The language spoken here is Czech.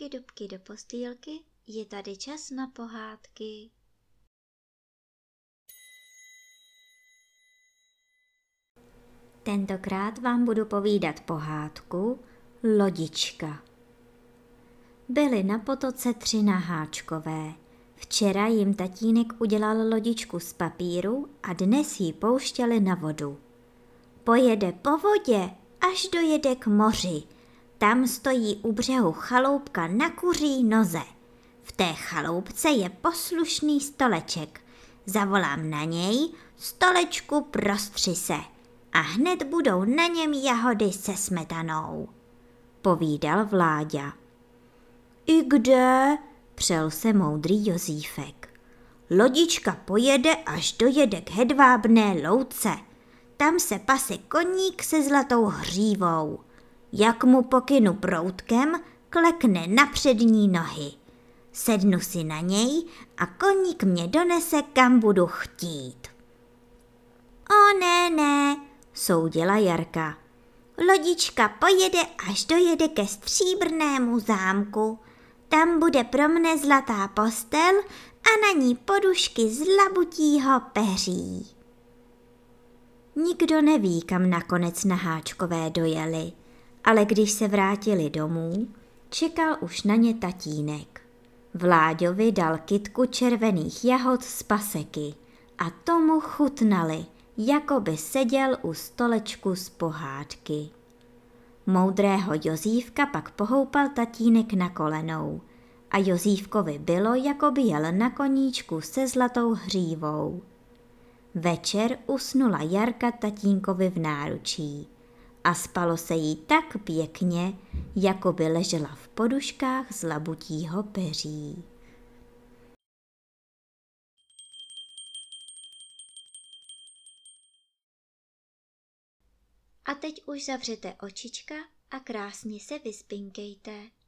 dubky do postýlky, je tady čas na pohádky. Tentokrát vám budu povídat pohádku Lodička. Byli na potoce 3 naháčkové. Včera jim tatínek udělal lodičku z papíru a dnes ji pouštěli na vodu. Pojede po vodě, až dojede k moři. Tam stojí u břehu chaloupka na kuří noze. V té chaloupce je poslušný stoleček. Zavolám na něj: stolečku, prostři se. A hned budou na něm jahody se smetanou, povídal Vláďa. I kde? Přel se moudrý Jozífek. Lodička pojede, až dojede k hedvábné louce. Tam se pase koník se zlatou hřívou. Jak mu pokynu proutkem, klekne na přední nohy. Sednu si na něj a koník mě donese, kam budu chtít. O ne, soudila Jarka. Lodička pojede, až dojede ke stříbrnému zámku. Tam bude pro mne zlatá postel a na ní podušky z labutího peří. Nikdo neví, kam nakonec naháčkové dojeli, ale když se vrátili domů, čekal už na ně tatínek. Vláďovi dal kytku červených jahod z paseky a tomu chutnali, jako by seděl u stolečku z pohádky. Moudrého Jozífka pak pohoupal tatínek na kolenou a Jozífkovi bylo, jako by jel na koníčku se zlatou hřívou. Večer usnula Jarka tatínkovi v náručí a spalo se jí tak pěkně, jako by ležela v poduškách z labutího peří. A teď už zavřete očička a krásně se vyspinkejte.